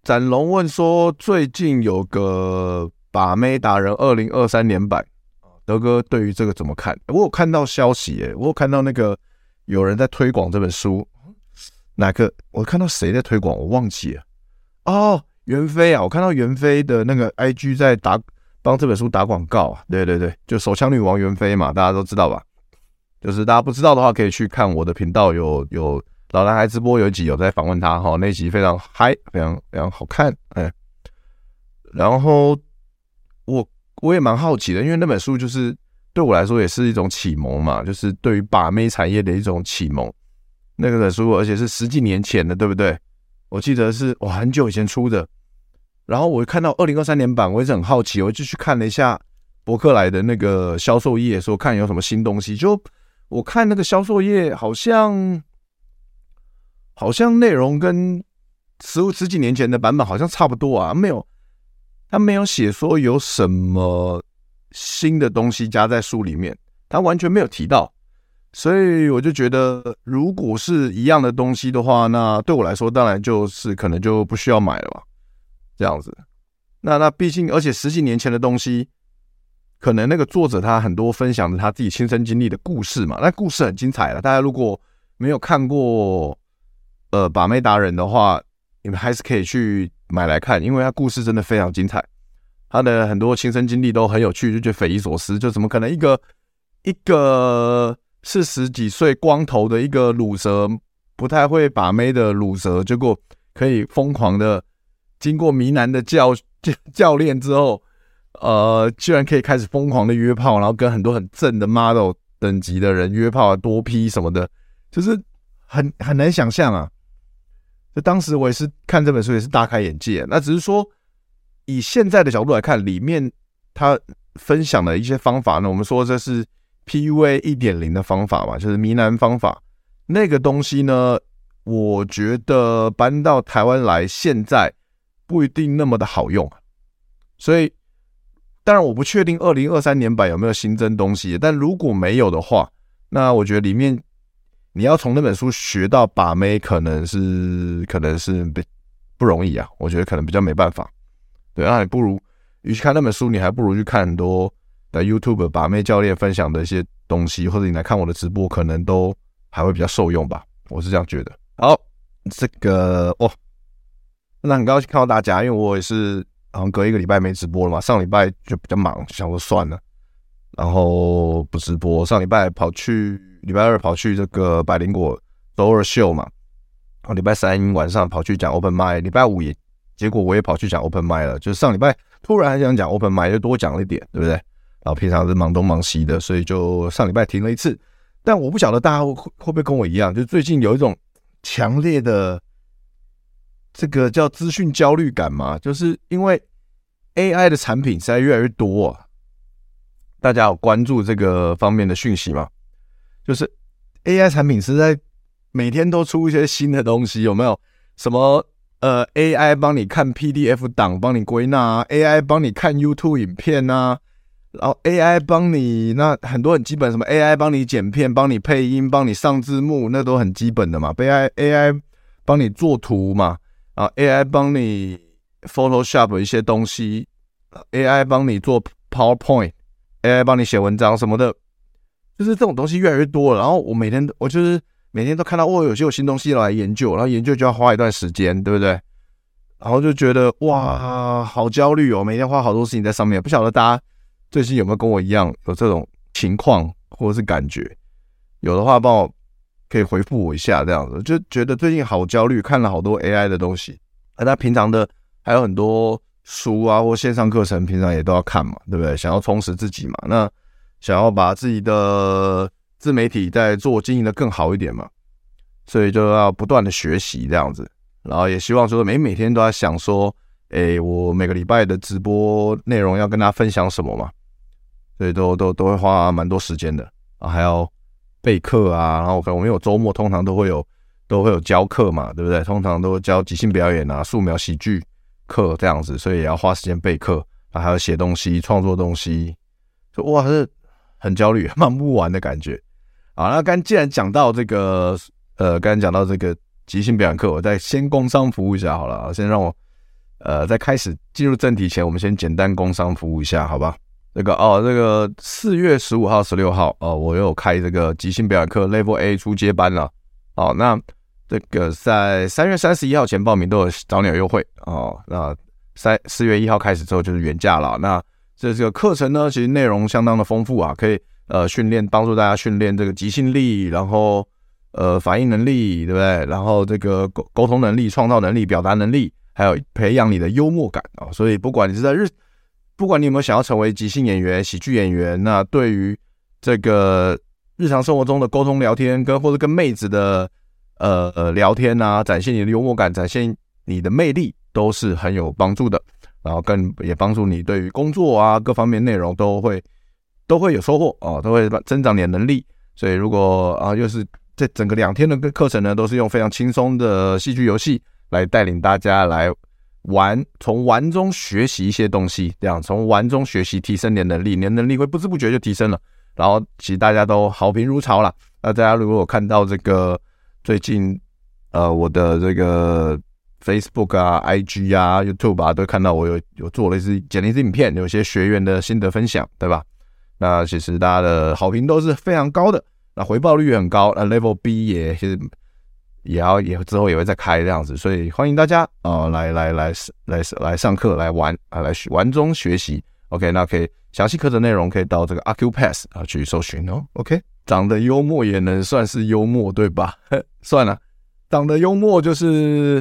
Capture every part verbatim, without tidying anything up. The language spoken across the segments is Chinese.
展龙问说，最近有个把妹达人二零二三年版，德哥对于这个怎么看？我有看到消息耶，我有看到那个有人在推广这本书，哪个？我看到谁在推广，我忘记了。哦，袁飞啊，我看到袁飞的那个 I G 在打帮这本书打广告啊。对对对，就手枪女王袁飞嘛，大家都知道吧？就是大家不知道的话，可以去看我的频道有，有有老男孩直播有一集有在访问他哈，那集非常嗨，非常非常好看，哎。然后我我也蛮好奇的，因为那本书就是对我来说也是一种启蒙嘛，就是对于把妹产业的一种启蒙。那个本书而且是十几年前的，对不对？我记得是哇很久以前出的。然后我看到二零二三年版，我也是很好奇，我就去看了一下博客来的那个销售页，说看有什么新东西。就我看那个销售页，好像好像内容跟十十几年前的版本好像差不多啊，没有，他没有写说有什么新的东西加在书里面，他完全没有提到。所以我就觉得，如果是一样的东西的话，那对我来说，当然就是可能就不需要买了吧，这样子。那那毕竟，而且十几年前的东西，可能那个作者他很多分享的他自己亲身经历的故事嘛，那故事很精彩了。大家如果没有看过呃把妹达人的话，你们还是可以去买来看，因为他故事真的非常精彩，他的很多亲身经历都很有趣，就觉得匪夷所思，就怎么可能一个一个四十几岁光头的一个鲁蛇，不太会把妹的鲁蛇，结果可以疯狂的经过迷男的教教练之后，呃，居然可以开始疯狂的约炮，然后跟很多很正的 model 等级的人约炮，多批什么的，就是很很难想象啊。就当时我也是看这本书也是大开眼界，那只是说以现在的角度来看，里面他分享的一些方法呢，我们说这是 P U A 一点零 的方法嘛，就是迷男方法。那个东西呢，我觉得搬到台湾来，现在不一定那么的好用。所以，当然我不确定二零二三年版有没有新增东西，但如果没有的话，那我觉得里面你要从那本书学到把妹，可能是可能是不容易啊。我觉得可能比较没办法。对，那你不如与其看那本书，你还不如去看很多在 YouTube 把妹教练分享的一些东西，或者你来看我的直播，可能都还会比较受用吧。我是这样觉得。好，这个哦，那很高兴看到大家，因为我也是好像隔一个礼拜没直播了嘛，上礼拜就比较忙，想说算了，然后不直播。上礼拜跑去礼拜二跑去这个百灵果周二秀嘛，然后礼拜三晚上跑去讲 Open Mic， 礼拜五也结果我也跑去讲 Open Mic 了，就是上礼拜突然还想讲 Open Mic， 就多讲了一点，对不对？然后平常是忙东忙西的，所以就上礼拜停了一次。但我不晓得大家会会不会跟我一样，就最近有一种强烈的这个叫资讯焦虑感嘛，就是因为 A I 的产品实在越来越多啊，大家有关注这个方面的讯息吗？就是 A I 产品实在每天都出一些新的东西，有没有？什么呃 A I 帮你看 P D F 档，帮你归纳啊 ，A I 帮你看 YouTube 影片啊，然后 A I 帮你那很多很基本，什么 A I 帮你剪片，帮你配音，帮你上字幕，那都很基本的嘛。A I A I 帮你做图嘛，然后 A I 帮你 Photoshop 一些东西 ，A I 帮你做 PowerPoint，A I 帮你写文章什么的，就是这种东西越来越多了。然后我每天我就是每天都看到哦，有些有新东西来研究，然后研究就要花一段时间，对不对？然后就觉得哇，好焦虑哦，每天花好多事情在上面。不晓得大家最近有没有跟我一样有这种情况或者是感觉？有的话，帮我可以回复我一下，这样子就觉得最近好焦虑，看了好多 A I 的东西。而他平常的还有很多书啊或线上课程，平常也都要看嘛，对不对？想要充实自己嘛，那想要把自己的自媒体再做经营的更好一点嘛，所以就要不断的学习这样子。然后也希望说每每天都在想说，诶，我每个礼拜的直播内容要跟大家分享什么嘛，所以都都都会花蛮多时间的啊，还要备课啊，然后我们有周末通常都会有都会有教课嘛，对不对？通常都教即兴表演啊、素描、喜剧课这样子，所以也要花时间备课，然后还要写东西、创作东西，就哇，是很焦虑、忙不完的感觉。好，那刚既然讲到这个，呃，刚才讲到这个即兴表演课，我再先工商服务一下好了，先让我呃，在开始进入正题前，我们先简单工商服务一下，好吧？这个哦，这个四月十五号、十六号哦，我有开这个即兴表演课 Level A 初阶班了。哦，那这个在三月三十一号前报名都有早鸟优惠哦。那三四月一号开始之后就是原价了。那这个课程呢，其实内容相当的丰富啊，可以呃训练，帮助大家训练这个即兴力，然后呃反应能力，对不对？然后这个沟沟通能力、创造能力、表达能力，还有培养你的幽默感啊、哦。所以不管你是在日，不管你有没有想要成为即兴演员、喜剧演员，那对于这个日常生活中的沟通聊天，跟或者跟妹子的呃呃聊天啊，展现你的幽默感，展现你的魅力，都是很有帮助的。然后更也帮助你对于工作啊各方面内容都会都会有收获哦，都会增长你的能力。所以如果啊又是这整个两天的课程呢，都是用非常轻松的戏剧游戏来带领大家来玩，从玩中学习一些东西，这样从玩中学习提升你的能力，你的能力会不知不觉就提升了。然后其实大家都好评如潮啦。那大家如果有看到这个最近呃我的这个Facebook 啊 I G 啊 YouTube 啊，都看到我有有做了一支剪了一支影片，有一些学员的心得分享，对吧？那其实大家的好评都是非常高的，那回报率也很高，那 Level B 也其实也要也之后也会再开这样子，所以欢迎大家啊、呃、来来来来来上课来玩啊，来玩中学习。OK， 那可以详细课程内容可以到这个 Acupass 啊去搜寻哦。OK， 长得幽默也能算是幽默对吧？算了，长得幽默就是。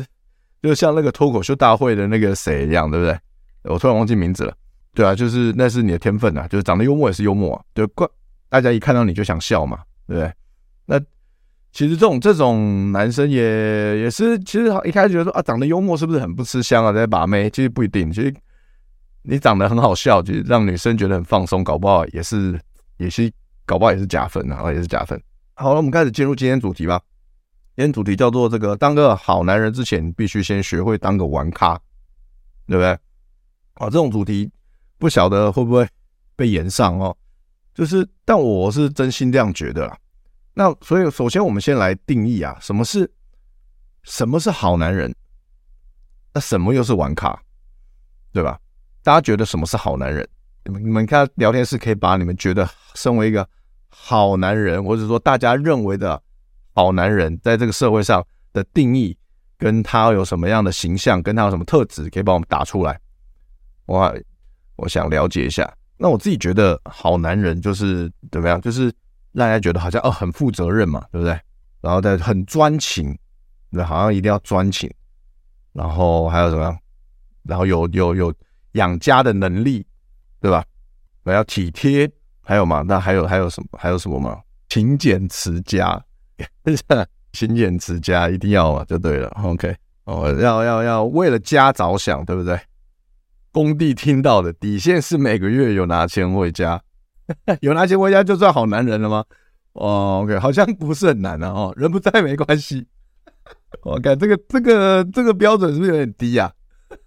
就像那个脱口秀大会的那个谁一样，对不对？我突然忘记名字了。对啊，就是那是你的天分啊，就是长得幽默也是幽默啊。对，大家一看到你就想笑嘛，对不对？那其实这种这种男生也也是，其实一开始觉得说啊，长得幽默是不是很不吃香啊，在把妹？其实不一定，其实你长得很好笑，就是让女生觉得很放松，搞不好也是也是搞不好也是加分啊，也是加分。好了，我们开始进入今天主题吧。今天主题叫做这个当个好男人之前，必须先学会当个玩咖，对不对？啊，这种主题不晓得会不会被延上哦。就是，但我是真心这样觉得啦。那所以，首先我们先来定义啊，什么是什么是好男人？那什么又是玩咖，对吧？大家觉得什么是好男人？你们你们看聊天室可以把你们觉得身为一个好男人，或者说大家认为的好男人在这个社会上的定义，跟他有什么样的形象，跟他有什么特质，可以帮我们打出来。我我想了解一下。那我自己觉得好男人就是怎么样，就是让大家觉得好像哦很负责任嘛，对不对？然后再很专情，对，好像一定要专情，然后还有什么样？然后有有有养家的能力，对吧？还要体贴，还有嘛？那还有还有什么？还有什么吗？勤俭持家。勤俭持家一定要嘛，就对了。OK， 哦，要要要为了家着想，对不对？工地听到的底线是每个月有拿钱回家，有拿钱回家就算好男人了吗？哦 ，OK， 好像不是很难啊。哦，人不在没关系。OK， 这个这个这个标准是不是有点低啊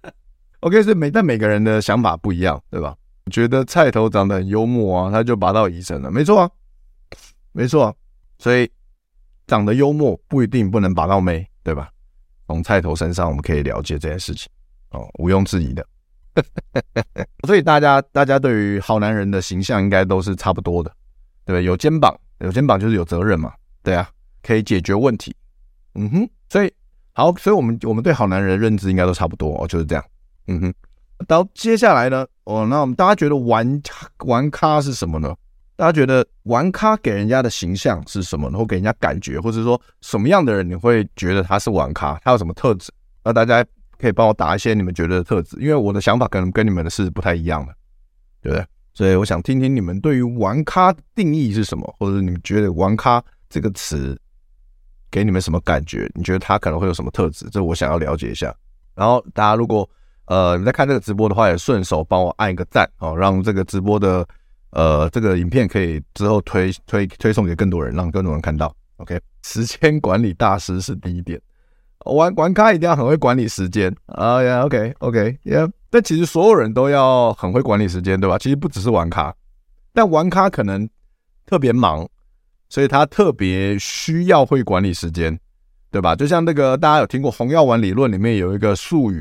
？OK， 所以每但每个人的想法不一样，对吧？我觉得菜头长得很幽默啊，他就拔到医生了，没错啊，没错啊，所以。长得幽默不一定不能把到妹，对吧？从菜头身上我们可以了解这件事情，哦，毋庸置疑的。所以大家大家对于好男人的形象应该都是差不多的，对不对？有肩膀，有肩膀就是有责任嘛，对啊，可以解决问题。嗯哼，所以好，所以我们我们对好男人的认知应该都差不多哦，就是这样。嗯哼，到接下来呢，哦，那我们大家觉得玩玩咖是什么呢？大家觉得玩咖给人家的形象是什么呢？或给人家感觉，或者说什么样的人你会觉得他是玩咖？他有什么特质？那大家可以帮我打一些你们觉得的特质，因为我的想法可能跟你们的是不太一样的，对不对？所以我想听听你们对于玩咖的定义是什么，或者你们觉得玩咖这个词给你们什么感觉？你觉得他可能会有什么特质？这我想要了解一下。然后大家如果呃你在看这个直播的话，也顺手帮我按一个赞哦，让这个直播的。呃，这个影片可以之后推推推送给更多人，让更多人看到。OK， 时间管理大师是第一点，玩玩咖一定要很会管理时间啊呀。OK OK， yeah， 但其实所有人都要很会管理时间，对吧？其实不只是玩咖，但玩咖可能特别忙，所以他特别需要会管理时间，对吧？就像那个大家有听过红药丸理论里面有一个术语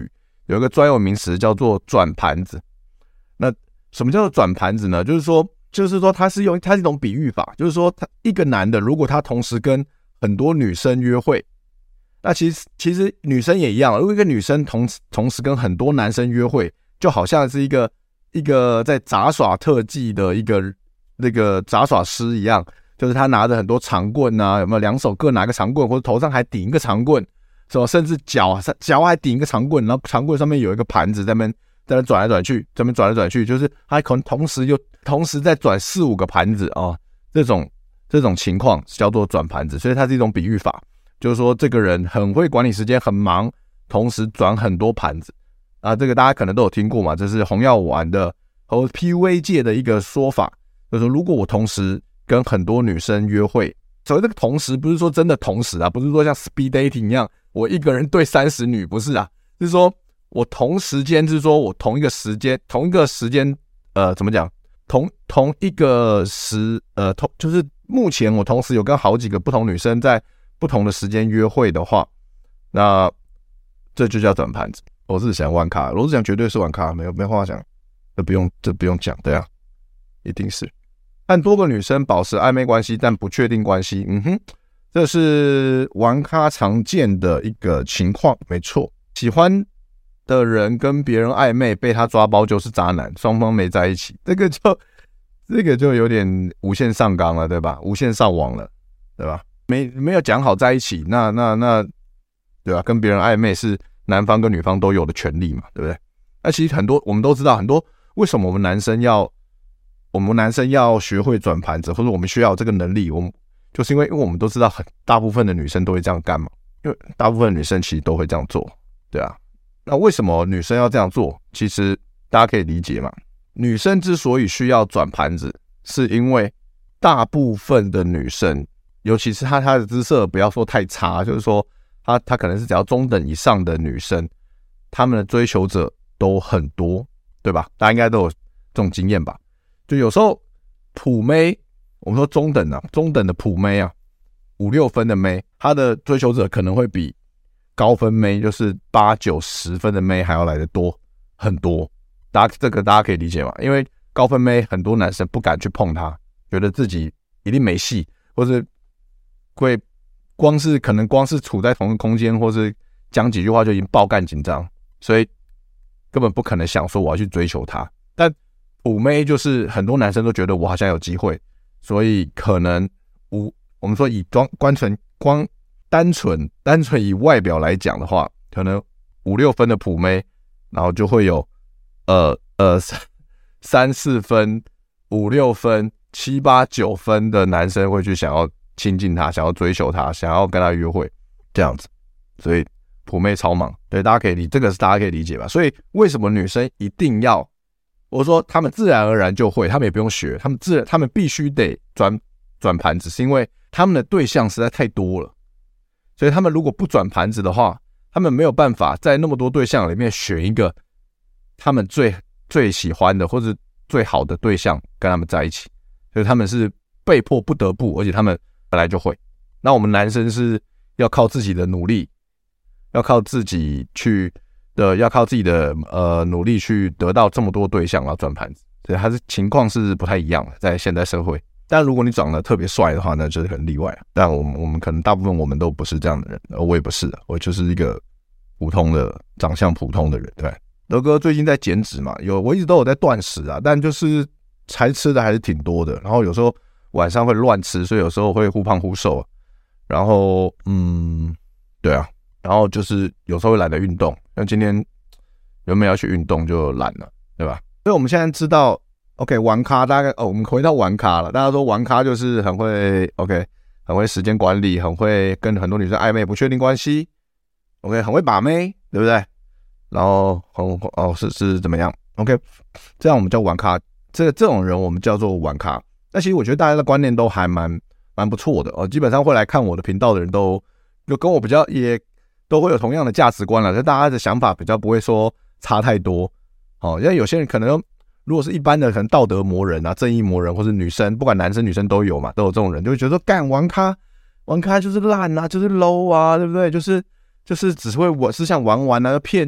有一个专有名词叫做转盘子。那什么叫做转盘子呢？就是说，就是说它是用它是一种比喻法，就是说，他一个男的如果他同时跟很多女生约会，那其实其实女生也一样，如果一个女生同同时跟很多男生约会，就好像是一个一个在杂耍特技的一个那个杂耍师一样，就是他拿着很多长棍啊，有没有两手各拿一个长棍，或者头上还顶一个长棍，是吧？甚至脚脚还顶一个长棍，然后长棍上面有一个盘子在那边在那转来转去，在那边转来转去，就是他可能同时又同时在转四五个盘子啊、哦，这种这种情况叫做转盘子，所以它是一种比喻法。就是说，这个人很会管理时间，很忙，同时转很多盘子啊。这个大家可能都有听过嘛，这是红药丸的和 P U A 界的一个说法。就是说，如果我同时跟很多女生约会，所谓这个同时不是说真的同时啊，不是说像 speed dating 一样，我一个人对三十女，不是啊，是说我同时间，就是说我同一个时间，同一个时间，呃，怎么讲？同同一个时，呃，同就是目前我同时有跟好几个不同女生在不同的时间约会的话，那这就叫转盘子。罗志祥玩咖，罗志祥绝对是玩咖，没有没话讲，这不用这不用讲，对啊，一定是。和多个女生保持暧昧关系，但不确定关系，嗯哼，这是玩咖常见的一个情况，没错。喜欢的人跟别人暧昧，被他抓包就是渣男，双方没在一起，这个就这个就有点无限上纲了，对吧？无限上网了，对吧？没没有讲好在一起，那那那，对吧？跟别人暧昧是男方跟女方都有的权利嘛，对不对？那其实很多我们都知道，很多为什么我们男生要我们男生要学会转盘子，或者我们需要这个能力，我们就是因为因为我们都知道很大部分的女生都会这样干嘛，因为大部分的女生其实都会这样做，对啊。那为什么女生要这样做？其实大家可以理解嘛。女生之所以需要转盘子，是因为大部分的女生，尤其是她她的姿色不要说太差，就是说她她可能是只要中等以上的女生，她们的追求者都很多，对吧？大家应该都有这种经验吧？就有时候普妹，我们说中等啊，中等的普妹啊，五六分的妹，她的追求者可能会比高分妹，就是八九十分的妹还要来得多很多。大家这个大家可以理解嘛？因为高分妹很多男生不敢去碰她，觉得自己一定没戏，或是会光是可能光是处在同一个空间，或是讲几句话就已经爆干紧张，所以根本不可能想说我要去追求她。但普妹就是很多男生都觉得我好像有机会，所以可能无我们说以光光纯光单纯单纯以外表来讲的话，可能五六分的普妹，然后就会有呃呃三四分、五六分、七八九分的男生会去想要亲近她，想要追求她，想要跟她约会这样子，所以普妹超忙，对，大家可以理这个是大家可以理解吧？所以为什么女生一定要？我说他们自然而然就会，他们也不用学，他们自然他们必须得转转盘子，是因为他们的对象实在太多了，所以他们如果不转盘子的话，他们没有办法在那么多对象里面选一个他们最最喜欢的或者最好的对象跟他们在一起，所以他们是被迫不得不，而且他们本来就会。那我们男生是要靠自己的努力，要靠自己去。的要靠自己的呃努力去得到这么多对象，然后转盘子，所以它是情况是不太一样的，在现代社会。但如果你长得特别帅的话，那就是很例外。但我们我们可能大部分我们都不是这样的人，我也不是，我就是一个普通的长相普通的人。对，德哥最近在减脂嘛，有我一直都有在断食啊，但就是才吃的还是挺多的，然后有时候晚上会乱吃，所以有时候会忽胖忽瘦。然后嗯，对啊。然后就是有时候会懒得运动，像今天原本要去运动就懒了，对吧？所以我们现在知道 ，OK， 玩咖大概哦，我们回到玩咖了。大家说玩咖就是很会 ，OK， 很会时间管理，很会跟很多女生暧昧不确定关系 ，OK， 很会把妹，对不对？然后很哦是是怎么样 ？OK， 这样我们叫玩咖，这个这种人我们叫做玩咖。那其实我觉得大家的观念都还蛮蛮不错的哦，基本上会来看我的频道的人都就跟我比较也。都会有同样的价值观啦，但大家的想法比较不会说差太多。哦，因为有些人可能如果是一般的，可能道德魔人啊、正义魔人，或是女生，不管男生女生都有嘛，都有这种人，就会觉得说干玩咖，玩咖就是烂啊，就是 low 啊，对不对？就是就是只会我是想玩玩啊，骗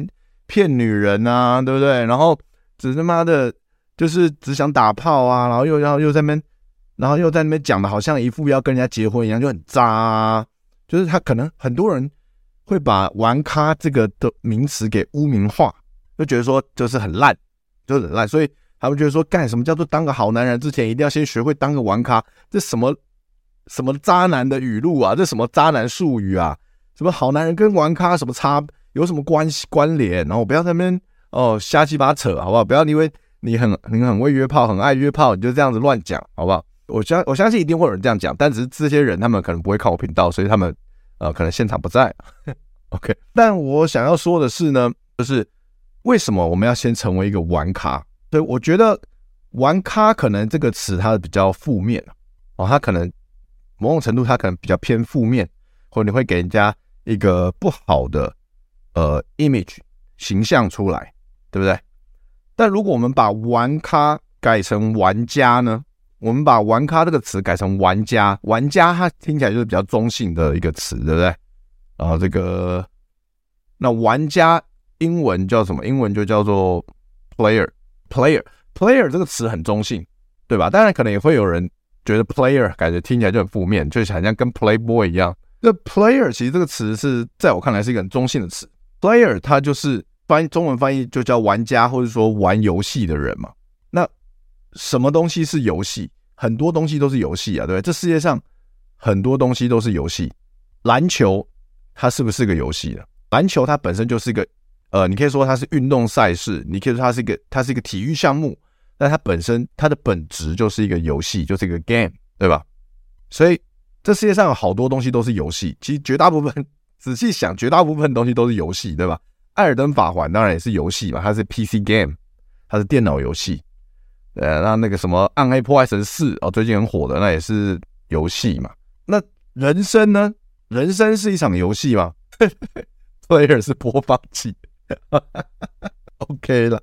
骗女人啊，对不对？然后只他妈的，就是只想打炮啊，然后又要又在那边，然后又在那边讲的好像一副要跟人家结婚一样，就很渣啊。就是他可能很多人会把玩咖这个的名词给污名化，就觉得说就是很烂，就是很烂，所以他们觉得说干什么叫做当个好男人之前一定要先学会当个玩咖，这什么什么渣男的语录啊，这什么渣男术语啊，什么好男人跟玩咖什么差有什么关系关联？然后不要在那边哦瞎鸡巴扯，好不好？不要因为你很你很会约炮，很爱约炮，你就这样子乱讲，好不好？我相我相信一定会有人这样讲，但只是这些人他们可能不会看我频道，所以他们呃可能现场不在。OK， 但我想要说的是呢，就是为什么我们要先成为一个玩咖？所以我觉得玩咖可能这个词它比较负面哦，它可能某种程度它可能比较偏负面，或者你会给人家一个不好的呃 image 形象出来，对不对？但如果我们把玩咖改成玩家呢？我们把玩咖这个词改成玩家，玩家它听起来就是比较中性的一个词，对不对？然后这个那玩家英文叫什么？英文就叫做 player player player 这个词很中性，对吧？当然可能也会有人觉得 player 感觉听起来就很负面，就好像跟 playboy 一样。这 player 其实这个词是在我看来是一个很中性的词 ，player 它就是翻中文翻译就叫玩家，或者说玩游戏的人嘛。那什么东西是游戏？很多东西都是游戏啊，对不对？这世界上很多东西都是游戏。篮球它是不是个游戏呢？篮球它本身就是一个呃，你可以说它是运动赛事，你可以说它是一个它是一个体育项目，但它本身它的本质就是一个游戏，就是一个 game， 对吧？所以这世界上有好多东西都是游戏，其实绝大部分仔细想，绝大部分东西都是游戏，对吧？艾尔登法环当然也是游戏嘛，它是 P C game， 它是电脑游戏。呃，那那个什么暗黑破坏神四哦，最近很火的，那也是游戏嘛。那人生呢？人生是一场游戏吗？Player 是播放器，OK 了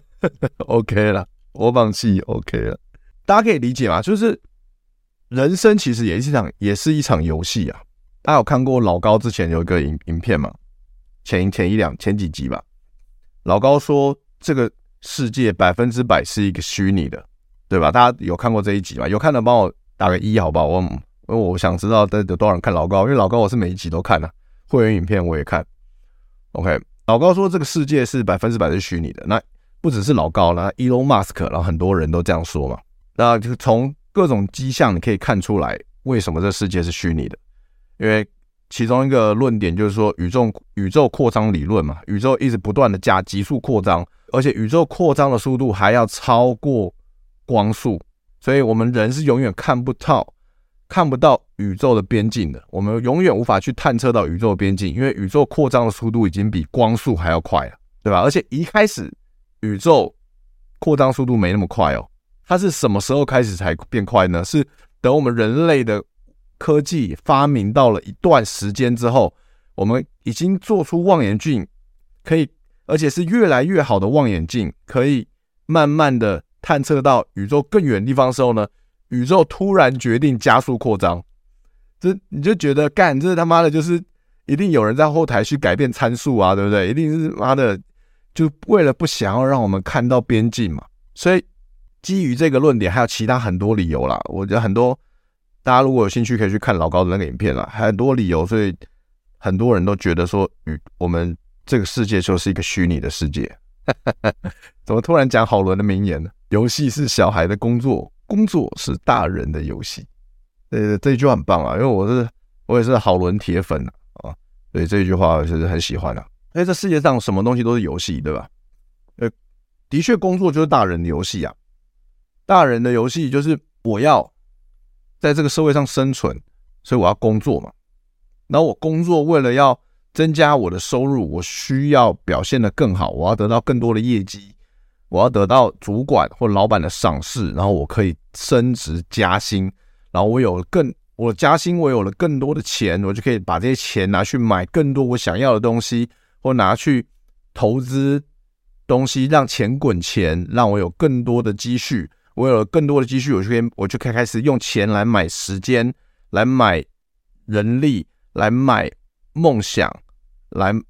，OK 了，播放器 OK 了，大家可以理解吗？就是人生其实也是一场，也是一场游戏啊。大家有看过老高之前有一个影影片吗？前前一两前几集吧，老高说这个世界百分之百是一个虚拟的，对吧？大家有看过这一集吗？有看的帮我打个一好不好？我因为我想知道有多少人看老高，因为老高我是每一集都看啊，会员影片我也看。OK， 老高说这个世界是百分之百是虚拟的，那不只是老高啦 ，Elon Musk， 然后很多人都这样说嘛。那就从各种迹象你可以看出来，为什么这世界是虚拟的？因为其中一个论点就是说宇宙宇宙扩张理论嘛，宇宙一直不断的加急速扩张。而且宇宙扩张的速度还要超过光速，所以我们人是永远看不到看不到宇宙的边境的，我们永远无法去探测到宇宙的边境，因为宇宙扩张的速度已经比光速还要快了，对吧？而且一开始宇宙扩张速度没那么快哦，它是什么时候开始才变快呢？是等我们人类的科技发明到了一段时间之后，我们已经做出望远镜，可以而且是越来越好的望远镜，可以慢慢的探测到宇宙更远的地方的时候呢，宇宙突然决定加速扩张，这你就觉得干，这他妈的就是一定有人在后台去改变参数啊，对不对？一定是妈的就为了不想要让我们看到边境嘛。所以基于这个论点，还有其他很多理由啦。我觉得很多大家如果有兴趣可以去看老高的那个影片啦，很多理由，所以很多人都觉得说，与我们这个世界就是一个虚拟的世界。怎么突然讲好伦的名言呢？游戏是小孩的工作，工作是大人的游戏。呃，这一句话很棒啊，因为我是我也是好伦铁粉啊，所以这一句话我是很喜欢啊。因为这世界上什么东西都是游戏，对吧？呃，的确，工作就是大人的游戏啊。大人的游戏就是我要在这个社会上生存，所以我要工作嘛。然后我工作为了要增加我的收入，我需要表现得更好，我要得到更多的业绩，我要得到主管或老板的赏识，然后我可以升职加薪，然后我有更我加薪，我有了更多的钱，我就可以把这些钱拿去买更多我想要的东西，或拿去投资东西，让钱滚钱，让我有更多的积蓄。我有了更多的积蓄，我就可以我就可以开始用钱来买时间，来买人力，来买梦想，来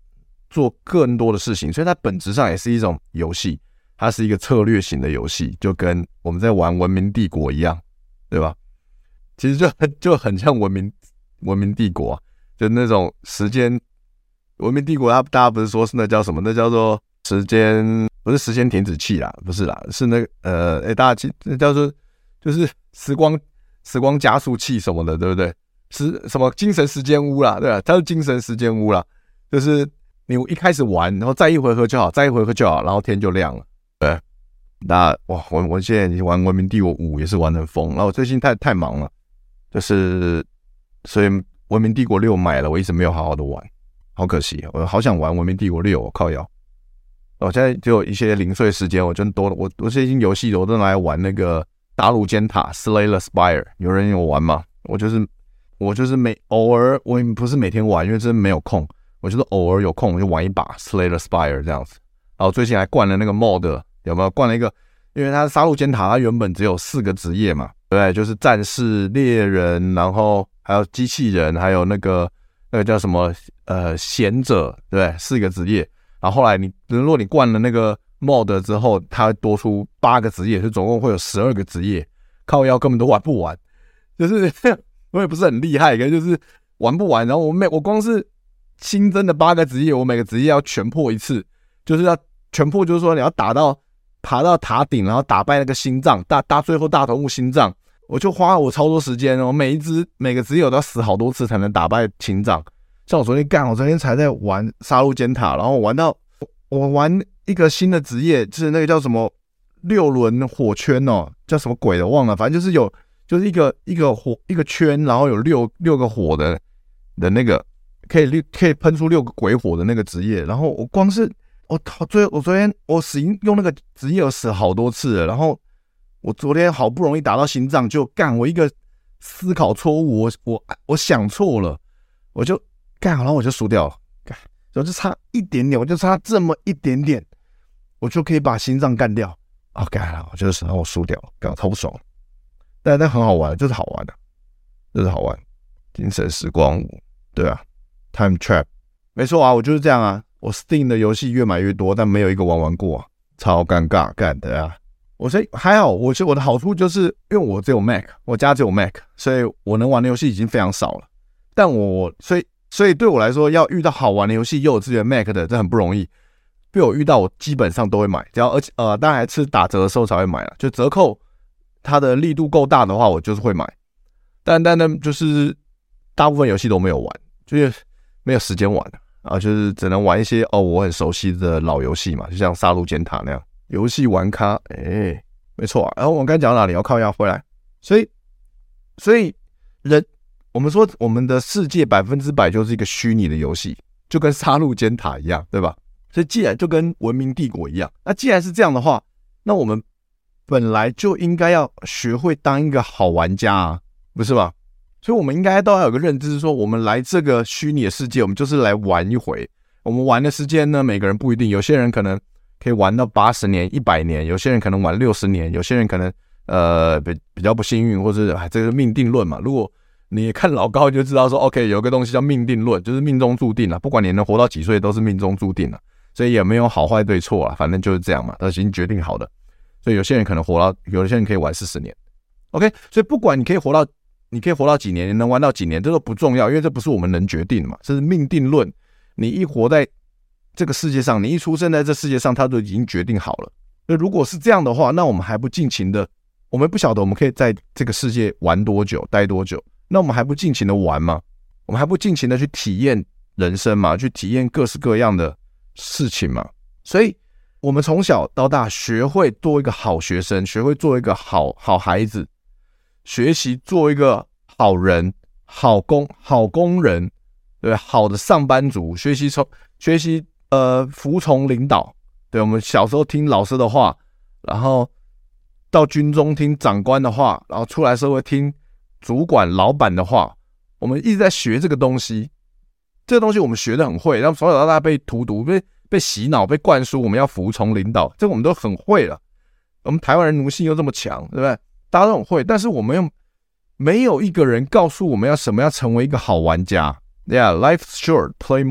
做更多的事情，所以它本质上也是一种游戏，它是一个策略型的游戏，就跟我们在玩文明帝国一样，对吧？其实就很就很像文明文明帝国啊，就那种时间文明帝国，它大家不是说是那叫什么？那叫做时间，不是时间停止器啦，不是啦，是那个呃，哎、欸，大家记那叫做就是时光时光加速器什么的，对不对？是什么精神时间屋啦，对吧？它是精神时间屋啦，就是你一开始玩，然后再一回合就好，再一回合就好，然后天就亮了。对，那哇，我我现在已经玩文明帝国五也是玩得很疯，然后我最近太太忙了，就是所以文明帝国六买了，我一直没有好好的玩，好可惜，我好想玩文明帝国六，我靠腰。我现在只有一些零碎时间，我真多了，我我最近游戏我都拿来玩那个打鲁尖塔 Slay the Spire， 有人有玩吗？我就是我就是每偶尔，我也不是每天玩，因为真的没有空。我就是偶尔有空我就玩一把 Slay the Spire 这样子。然后最近还灌了那个 mod， 有没有灌了一个？因为它杀戮尖塔它原本只有四个职业嘛，对不对？就是战士、猎人，然后还有机器人，还有那个那个叫什么呃贤者，对不对？四个职业。然后后来你如果你灌了那个 mod 之后，它会多出八个职业，就总共会有十二个职业。靠腰根本都玩不完，就是我也不是很厉害，可就是玩不完。然后我每我光是新增的八个职业，我每个职业要全破一次，就是要全破，就是说你要打到爬到塔顶，然后打败那个心脏大大最后大头目心脏，我就花了我超多时间哦。每一只每个职业我都要死好多次才能打败心脏。像我昨天干，我昨天才在玩杀戮尖塔，然后玩到我玩一个新的职业，就是那个叫什么六轮火圈哦，叫什么鬼的忘了，反正就是有就是一个一个火一个圈，然后有六六个火的的那个可以可以喷出六个鬼火的那个职业，然后我光是我昨我昨天我使用那个职业我死好多次了，然后我昨天好不容易打到心脏，就干我一个思考错误，我我我想错了，我就干，然后我就输掉了，干，我就差一点点，我就差这么一点点，我就可以把心脏干掉。啊，干了，我就是让我输掉了，干超不爽。但但很好玩，就是好玩的，就是好玩。精神时光屋，对啊 ，Time Trap， 没错啊，我就是这样啊。我 Steam 的游戏越买越多，但没有一个玩完过、啊，超尴尬，干的啊。我所以还好，我觉得我的好处就是因为我只有 Mac， 我家只有 Mac， 所以我能玩的游戏已经非常少了。但我所以所以对我来说，要遇到好玩的游戏又有支援 Mac 的，这很不容易。被我遇到，我基本上都会买，只要而且呃，当然还是打折的时候才会买啦，就折扣它的力度够大的话，我就是会买。但但呢，就是大部分游戏都没有玩，就是没有时间玩啊，就是只能玩一些哦我很熟悉的老游戏嘛，就像杀戮尖塔那样。游戏玩咖，哎、欸，没错啊。然后我刚才讲到哪里？要靠压回来，所以所以人，我们说我们的世界百分之百就是一个虚拟的游戏，就跟杀戮尖塔一样，对吧？所以既然就跟文明帝国一样，那既然是这样的话，那我们本来就应该要学会当一个好玩家啊，不是吧？所以我们应该都要有个认知，是说我们来这个虚拟的世界，我们就是来玩一回。我们玩的时间呢，每个人不一定，有些人可能可以玩到八十年、一百年，有些人可能玩六十年，有些人可能呃比比较不幸运，或者哎这个命定论嘛。如果你看老高就知道说 ，OK， 有个东西叫命定论，就是命中注定了，不管你能活到几岁，都是命中注定了。所以也没有好坏对错啦，反正就是这样嘛，都已经决定好的。所以有些人可能活到，有些人可以玩四十年 ，OK。所以不管你可以活到，你可以活到几年，你能玩到几年，这都不重要，因为这不是我们能决定的嘛，这是命定论。你一活在这个世界上，你一出生在这世界上，它都已经决定好了。那如果是这样的话，那我们还不尽情的，我们不晓得我们可以在这个世界玩多久，待多久，那我们还不尽情的玩吗？我们还不尽情的去体验人生嘛，去体验各式各样的事情嘛，所以我们从小到大学会做一个好学生，学会做一个好好孩子，学习做一个好人、好工、好工人，对，好的上班族，学习从学习呃服从领导，对，我们小时候听老师的话，然后到军中听长官的话，然后出来社会听主管、老板的话，我们一直在学这个东西。这个东西我们学得很会，然后从小到大被荼毒、被被洗脑、被灌输，我们要服从领导，这个我们都很会了。我们台湾人奴性又这么强，对不对？大家都很会，但是我们又没有一个人告诉我们要什么要成为一个好玩家。Yeah, life's short, play more.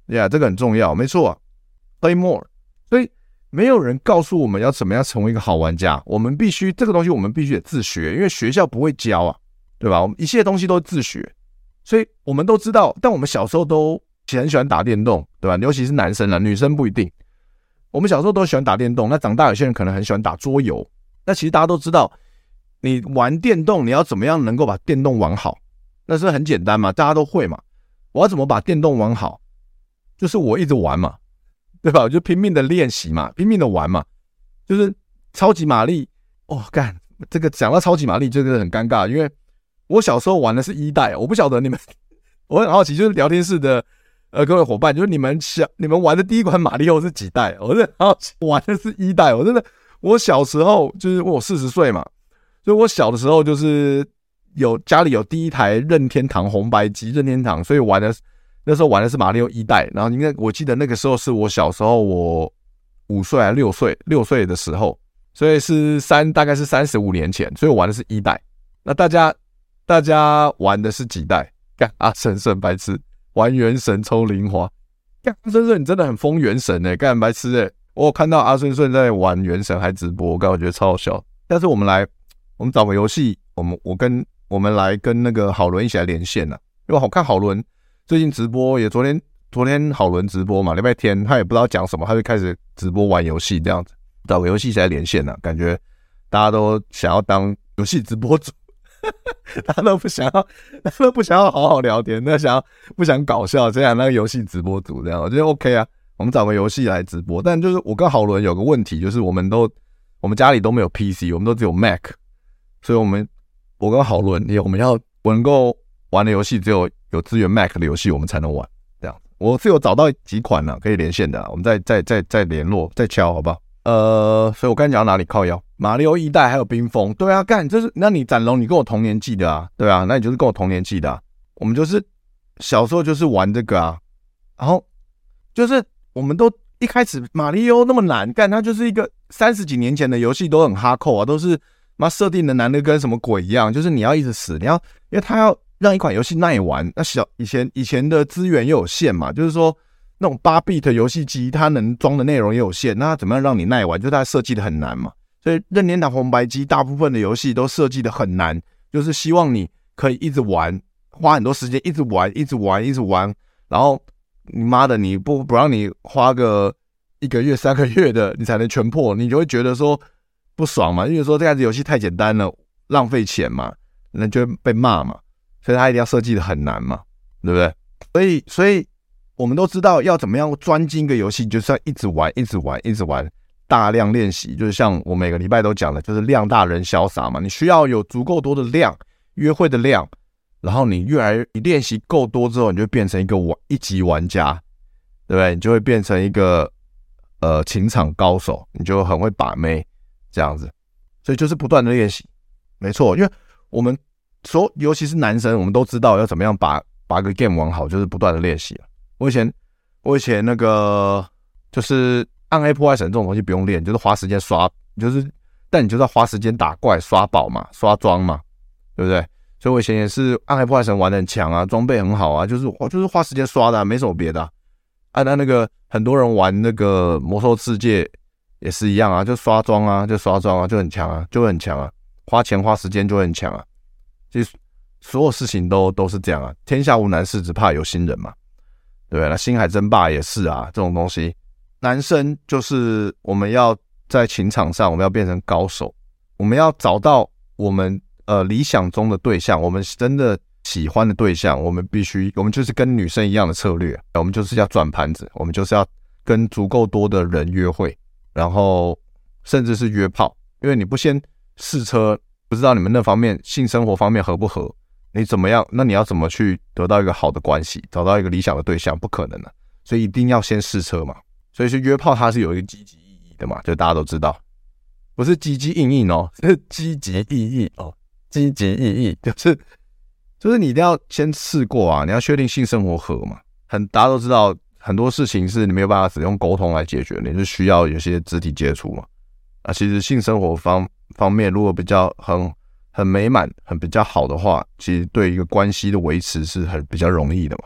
呀、yeah, 这个很重要，没错、啊、，play more。所以没有人告诉我们要怎么样成为一个好玩家，我们必须这个东西我们必须得自学，因为学校不会教啊，对吧？我们一切东西都是自学，所以我们都知道，但我们小时候都很喜欢打电动，对吧？尤其是男生啊，女生不一定。我们小时候都喜欢打电动，那长大有些人可能很喜欢打桌游。那其实大家都知道，你玩电动你要怎么样能够把电动玩好，那是很简单嘛，大家都会嘛。我要怎么把电动玩好？就是我一直玩嘛，对吧？我就拼命的练习嘛，拼命的玩嘛。就是超级玛丽，哦，干这个讲到超级玛丽这个很尴尬，因为我小时候玩的是一代，我不晓得你们，我很好奇，就是聊天室的呃各位伙伴，就是你们小你们玩的第一款玛丽欧是几代？我是很好奇，玩的是一代，我真的我小时候就是我四十岁嘛，所以我小的时候就是有家里有第一台任天堂红白机，任天堂，所以玩的那时候玩的是玛丽欧一代，然后应该我记得那个时候是我小时候我五岁还是六岁六岁的时候，所以是三大概是三十五年前，所以我玩的是一代。那大家大家玩的是几代？干阿神神白痴，玩原神抽零花。干阿顺顺你真的很疯原神欸，干白痴欸！我有看到阿顺顺在玩原神还直播，干我觉得超好笑。但是我们来，我们找个游戏，我们我跟我们来跟那个好伦一起来连线啊，因为我看好伦最近直播，也昨天昨天好伦直播嘛，礼拜天他也不知道讲什么，他就开始直播玩游戏这样子，找个游戏一起来连线啊，感觉大家都想要当游戏直播主。大家都不想要，大家都不想要好好聊天，那想要不想搞笑，这样那个游戏直播主这样，我觉得 OK 啊。我们找个游戏来直播，但就是我跟郝伦有个问题，就是我们都我们家里都没有 P C， 我们都只有 Mac， 所以我们我跟郝伦我们要能够玩的游戏只有有支援 Mac 的游戏我们才能玩。这样，我是有找到几款呢、啊、可以连线的、啊，我们再再再再联络再敲好不好？呃，所以我刚才讲到哪里靠腰？马里奥一代还有冰封，对啊，干就是那你展龙你跟我同年纪的啊，对啊，那你就是跟我同年纪的啊，我们就是小时候就是玩这个啊，然后就是我们都一开始马里奥那么难干，它就是一个三十几年前的游戏都很哈扣啊，都是妈设定的难的跟什么鬼一样，就是你要一直死，你要因为它要让一款游戏耐玩，那小以前以前的资源又有限嘛，就是说。那种八 bit 游戏机，它能装的内容也有限，那它怎么样让你耐玩？就是它设计的很难嘛。所以任天堂红白机大部分的游戏都设计的很难，就是希望你可以一直玩，花很多时间一直玩，一直玩，一直玩。然后你妈的，你不不让你花个一个月、三个月的，你才能全破，你就会觉得说不爽嘛，因为说这样子游戏太简单了，浪费钱嘛，那就会被骂嘛。所以它一定要设计的很难嘛，对不对？所以，所以。我们都知道要怎么样专精一个游戏，就是要一直玩，一直玩，一直玩，大量练习。就是像我每个礼拜都讲的，就是量大人潇洒嘛。你需要有足够多的量，约会的量，然后你越来越你练习够多之后，你就变成一个玩一级玩家，对不对？你就会变成一个呃情场高手，你就很会把妹这样子。所以就是不断的练习，没错。因为我们说，尤其是男生，我们都知道要怎么样把把个 game 玩好，就是不断的练习。我以前，我以前那个就是暗黑破坏神这种东西不用练，就是花时间刷，就是但你就是要花时间打怪、刷宝嘛、刷装嘛，对不对？所以我以前也是暗黑破坏神玩得很强啊，装备很好啊，就是就是花时间刷的、啊，没什么别的啊。啊，那那个很多人玩那个魔兽世界也是一样啊，就刷装啊，就刷装啊，就很强啊，就很强啊，花钱花时间就很强啊。其实所有事情都都是这样啊，天下无难事，只怕有心人嘛。对，那星海争霸也是啊，这种东西，男生就是我们要在情场上，我们要变成高手，我们要找到我们呃理想中的对象，我们真的喜欢的对象，我们必须，我们就是跟女生一样的策略，我们就是要转盘子，我们就是要跟足够多的人约会，然后甚至是约炮，因为你不先试车，不知道你们那方面性生活方面合不合。你怎么样？那你要怎么去得到一个好的关系，找到一个理想的对象？不可能的、啊，所以一定要先试车嘛。所以去约炮它是有一个积极意义的嘛，就大家都知道，不是积极硬硬哦，是积极意义哦，积极意义就是就是你一定要先试过啊，你要确定性生活合嘛。很大家都知道，很多事情是你没有办法只用沟通来解决，你是需要有些肢体接触嘛。啊，其实性生活方方面如果比较很。很美满、很比较好的话，其实对一个关系的维持是很比较容易的嘛。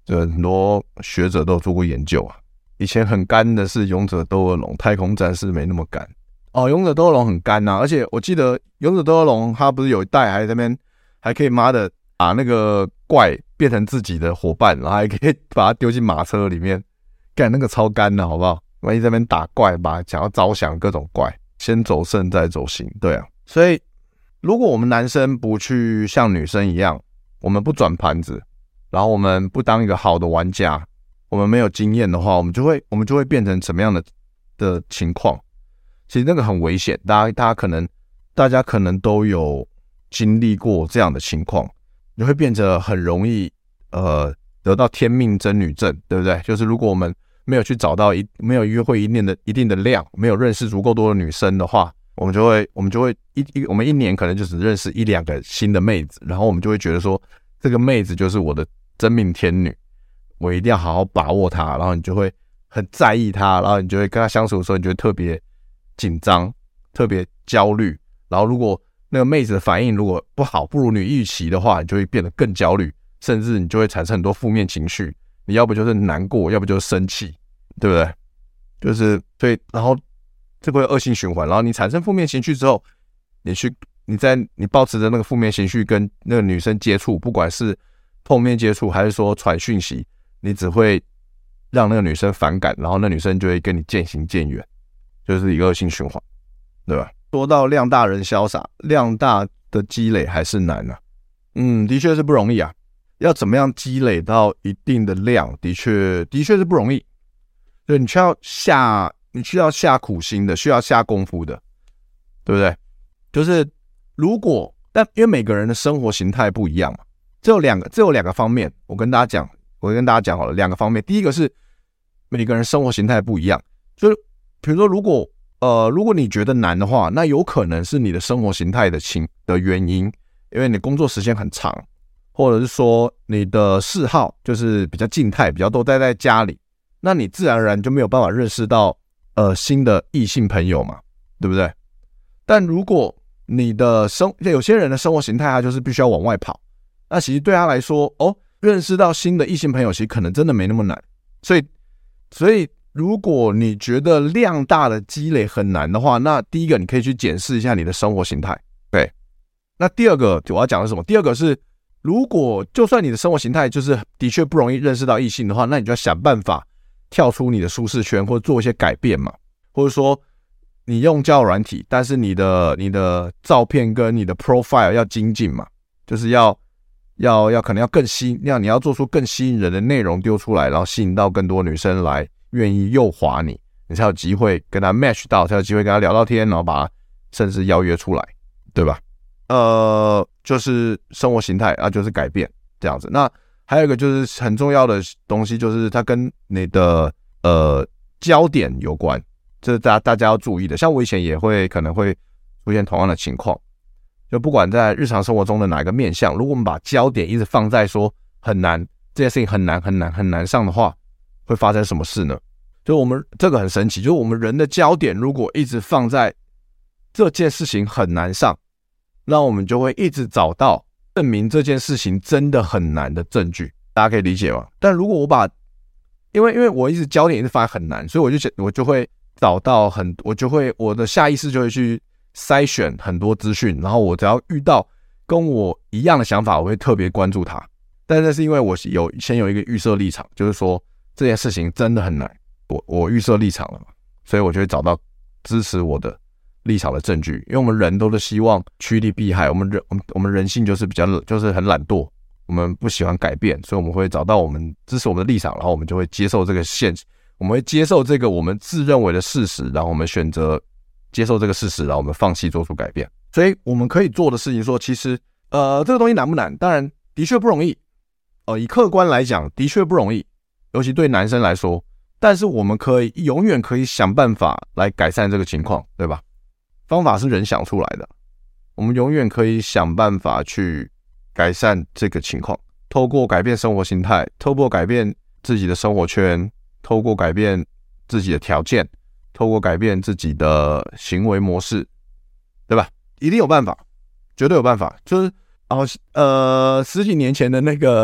这很多学者都有做过研究啊。以前很干的是勇者斗恶龙，太空战士没那么干哦。勇者斗恶龙很干啊，而且我记得勇者斗恶龙它不是有一代还在那边还可以妈的把那个怪变成自己的伙伴，然后还可以把它丢进马车里面，干那个超干的好不好？万一在那边打怪吧，想要招降各种怪，先走肾再走心，对啊。所以如果我们男生不去像女生一样，我们不转盘子，然后我们不当一个好的玩家，我们没有经验的话，我们就会我们就会变成什么样的的情况？其实那个很危险，大家大家可能大家可能都有经历过这样的情况，你会变得很容易呃得到天命真女症，对不对？就是如果我们没有去找到一没有约会一定的一定的量，没有认识足够多的女生的话，我们就会我们就会一一我们一年可能就只认识一两个新的妹子，然后我们就会觉得说这个妹子就是我的真命天女，我一定要好好把握她，然后你就会很在意她，然后你就会跟她相处的时候，你就会特别紧张，特别焦虑，然后如果那个妹子的反应如果不好，不如你预期的话，你就会变得更焦虑，甚至你就会产生很多负面情绪。你要不就是难过，要不就是生气，对不对？就是所以，然后这个会恶性循环。然后你产生负面情绪之后，你去你在你抱持着那个负面情绪跟那个女生接触，不管是碰面接触还是说传讯息，你只会让那个女生反感，然后那女生就会跟你渐行渐远，就是一个恶性循环，对吧？说到量大人潇洒，量大的积累还是难啊。嗯，的确是不容易啊。要怎么样积累到一定的量，的确的确是不容易。对，你需要下，你需要下苦心的，需要下功夫的，对不对？就是如果，但因为每个人的生活形态不一样嘛，这有两个，这有两个方面，我跟大家讲，我跟大家讲好了，两个方面。第一个是每个人生活形态不一样，就是比如说，如果呃，如果你觉得难的话，那有可能是你的生活形态的情的原因，因为你工作时间很长。或者是说你的嗜好就是比较静态，比较都待在家里，那你自然而然就没有办法认识到呃新的异性朋友嘛，对不对？但如果你的生有些人的生活形态他就是必须要往外跑，那其实对他来说，哦，认识到新的异性朋友其实可能真的没那么难。所以所以如果你觉得量大的积累很难的话，那第一个你可以去检视一下你的生活形态。对，那第二个我要讲的是什么？第二个是如果就算你的生活形态就是的确不容易认识到异性的话，那你就要想办法跳出你的舒适圈，或者做一些改变嘛。或者说你用交友软体，但是你的你的照片跟你的 profile 要精进嘛，就是要要要可能要更吸，要你要做出更吸引人的内容丢出来，然后吸引到更多女生来愿意诱滑你，你才有机会跟他 match 到，才有机会跟他聊到天，然后把他甚至邀约出来，对吧？呃，就是生活形态啊，就是改变这样子。那还有一个就是很重要的东西，就是它跟你的呃焦点有关，这是大家大家要注意的。像我以前也会可能会出现同样的情况，就不管在日常生活中的哪一个面向，如果我们把焦点一直放在说很难这件事情很难很难很难上的话，会发生什么事呢？就我们这个很神奇，就是我们人的焦点如果一直放在这件事情很难上，那我们就会一直找到证明这件事情真的很难的证据，大家可以理解吗？但如果我把，因为因为我一直焦点一直放在很难，所以我就我就会找到很，我就会我的下意识就会去筛选很多资讯，然后我只要遇到跟我一样的想法，我会特别关注它。但是是因为我有先有一个预设立场，就是说这件事情真的很难，我我预设立场了嘛，所以我就会找到支持我的立场的证据。因为我们人都是希望趋利避害，我们人我们我们人性就是比较就是很懒惰，我们不喜欢改变，所以我们会找到我们支持我们的立场，然后我们就会接受这个现，我们会接受这个我们自认为的事实，然后我们选择接受这个事实，然后我们放弃做出改变。所以我们可以做的事情说，其实呃这个东西难不难？当然的确不容易，呃以客观来讲的确不容易，尤其对男生来说。但是我们可以永远可以想办法来改善这个情况，对吧？方法是人想出来的，我们永远可以想办法去改善这个情况，透过改变生活形态，透过改变自己的生活圈，透过改变自己的条件，透过改变自己的行为模式，对吧？一定有办法，绝对有办法。就是哦呃十几年前的那个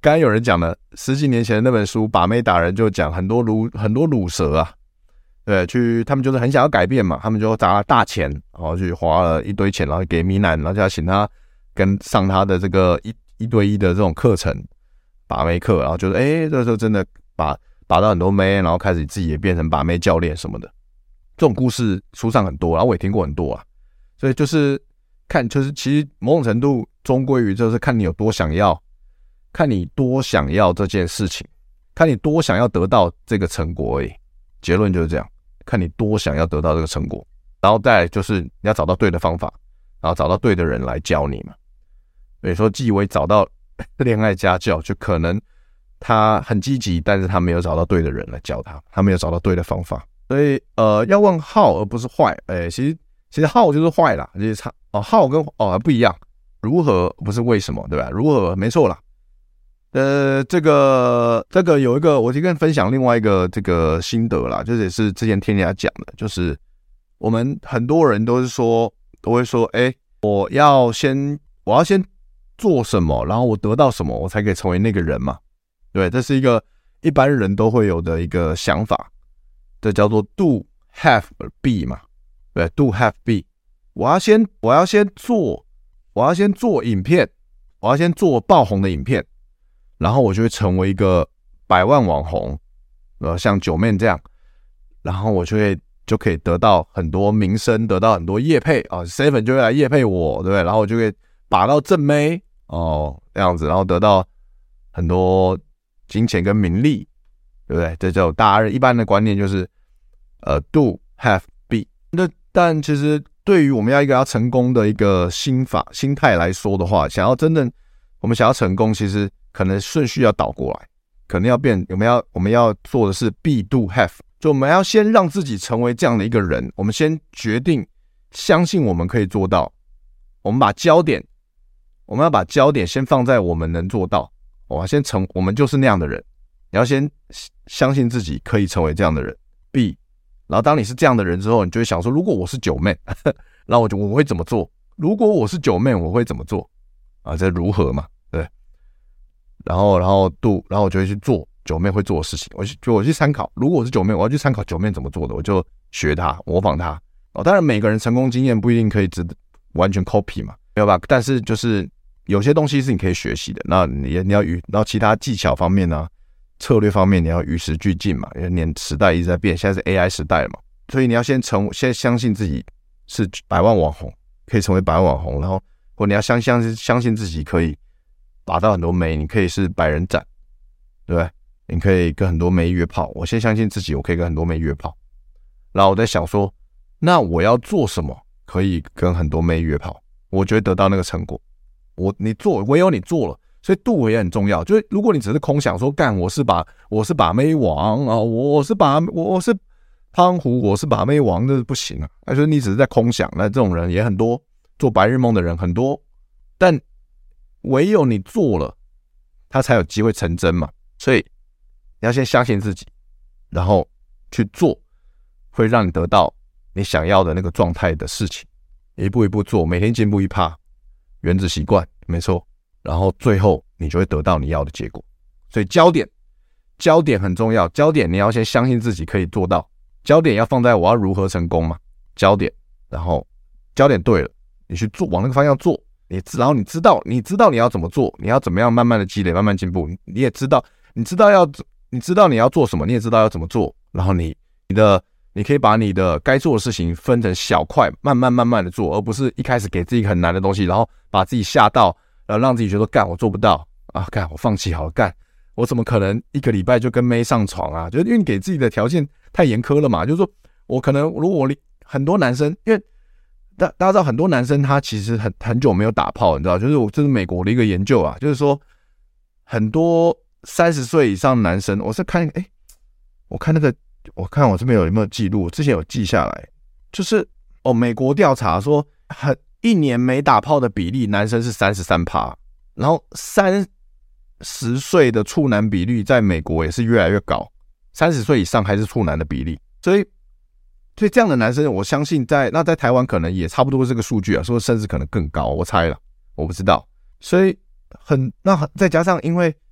刚才有人讲了，十几年前的那本书《把妹达人》就讲很多乳很多乳蛇啊，对，去他们就是很想要改变嘛，他们就砸了大钱，然后去花了一堆钱，然后给米男，然后就要请他跟上他的这个一一对一的这种课程，把妹课，然后就是哎，这时候真的把把到很多妹，然后开始自己也变成把妹教练什么的，这种故事书上很多，然后我也听过很多啊，所以就是看，就是其实某种程度终归于就是看你有多想要。看你多想要这件事情，看你多想要得到这个成果而已。结论就是这样，看你多想要得到这个成果，然后再来就是你要找到对的方法，然后找到对的人来教你嘛。所以说纪委找到恋爱家教，就可能他很积极，但是他没有找到对的人来教他，他没有找到对的方法。所以呃，要问 how 而不是 why。哎，其实其实 how 就是 why 啦，就是差哦 how 跟哦还不一样，如何不是为什么，对吧？如何没错啦。呃，这个这个有一个，我就跟分享另外一个这个心得啦，就是也是之前听人家讲的，就是我们很多人都是说，都会说，哎，我要先我要先做什么，然后我得到什么，我才可以成为那个人嘛。对，这是一个一般人都会有的一个想法，这叫做 do have be 嘛。对 ，do have be， 我要先我要先做，我要先做影片，我要先做爆红的影片。然后我就会成为一个百万网红，呃，像九妹这样，然后我就会就可以得到很多名声，得到很多业配啊 ，seven 就会来业配我，对不对？然后我就可以把到正妹哦，这样子，然后得到很多金钱跟名利，对不对？这就大家一般的观念就是，呃 ，do have be。那但其实对于我们要一个要成功的一个心法心态来说的话，想要真正我们想要成功，其实。可能顺序要倒过来，可能要变，我们要我们要做的是 be do have， 就我们要先让自己成为这样的一个人，我们先决定相信我们可以做到，我们把焦点，我们要把焦点先放在我们能做到，我要先成，我们就是那样的人，你要先相信自己可以成为这样的人 ，be， 然后当你是这样的人之后，你就会想说，如果我是九妹，然后我就我会怎么做？如果我是九妹，我会怎么做？啊，这如何嘛？对。然后，然后度，然后我就会去做九妹会做的事情。我就我去参考，如果我是九妹，我要去参考九妹怎么做的，我就学她，模仿她。哦，当然每个人成功经验不一定可以只完全 copy 嘛，没有吧？但是就是有些东西是你可以学习的。那你你要与，然后其他技巧方面呢、啊，策略方面你要与时俱进嘛，因为年时代一直在变，现在是 A I 时代了嘛，所以你要先成，先相信自己是百万网红，可以成为百万网红，然后或你要相相信相信自己可以。把到很多妹，你可以是百人斩，对不对？你可以跟很多妹约炮。我先相信自己，我可以跟很多妹约炮。然后我在想说，那我要做什么可以跟很多妹约炮？我就会得到那个成果。我你做，唯有你做了，所以度也很重要。就是如果你只是空想说，干我是把我是把妹王啊，我是把我是胖虎，我是把妹王，这是不行啊。那就是你只是在空想，那这种人也很多，做白日梦的人很多，但。唯有你做了，他才有机会成真嘛。所以你要先相信自己，然后去做，会让你得到你想要的那个状态的事情。一步一步做，每天进步一趴，原子习惯，没错。然后最后你就会得到你要的结果。所以焦点，焦点很重要。焦点你要先相信自己可以做到，焦点要放在我要如何成功嘛。焦点，然后焦点对了，你去做，往那个方向做。你然后你知道，你知道你要怎么做，你要怎么样慢慢的积累，慢慢进步。你也知道，你知道要，你知道你要做什么，你也知道要怎么做。然后你你的，你可以把你的该做的事情分成小块，慢慢慢慢的做，而不是一开始给自己很难的东西，然后把自己吓到，然后让自己觉得干我做不到啊，干我放弃好了，干我怎么可能一个礼拜就跟妹上床啊？就是因为你给自己的条件太严苛了嘛。就是说我可能如果我很多男生，因为大大家知道很多男生他其实很很久没有打炮，你知道，就是我这是美国的一个研究啊，就是说很多三十岁以上的男生，我是看哎，我看那个，我看我这边有没有记录，之前有记下来，就是哦，美国调查说，很一年没打炮的比例，男生是 百分之三十三， 然后三十岁的处男比率在美国也是越来越高，三十岁以上还是处男的比例，所以。所以这样的男生，我相信在那在台湾可能也差不多这个数据啊，说甚至可能更高，我猜了，我不知道。所以很那再加上因为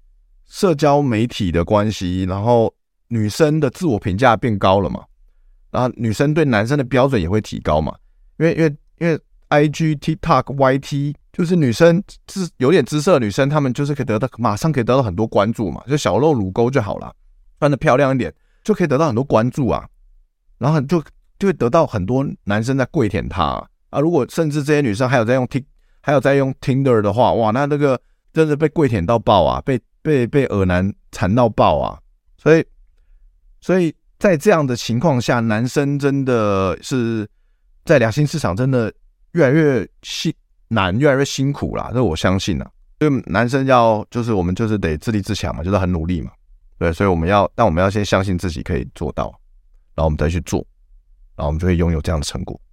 社交媒体的关系，然后女生的自我评价变高了嘛，然后女生对男生的标准也会提高嘛，因为因为因为 I G、TikTok、Y T 就是女生有点姿色的女生，她们就是可以得到马上可以得到很多关注嘛，就小露乳沟就好了，穿得漂亮一点就可以得到很多关注啊，然后就就会得到很多男生在跪舔她 啊, 啊如果甚至这些女生还有在用 Tik 还有在用 Tinder 的话，哇，那那个真的被跪舔到爆啊，被被被恶男缠到爆啊，所以所以在这样的情况下，男生真的是在两性市场真的越来越辛难，越来越辛苦啦，这我相信啦。所以男生要就是我们就是得自立自强嘛，就是很努力嘛，对，所以我们要但我们要先相信自己可以做到，然后我们再去做，然后我们就会拥有这样的成果。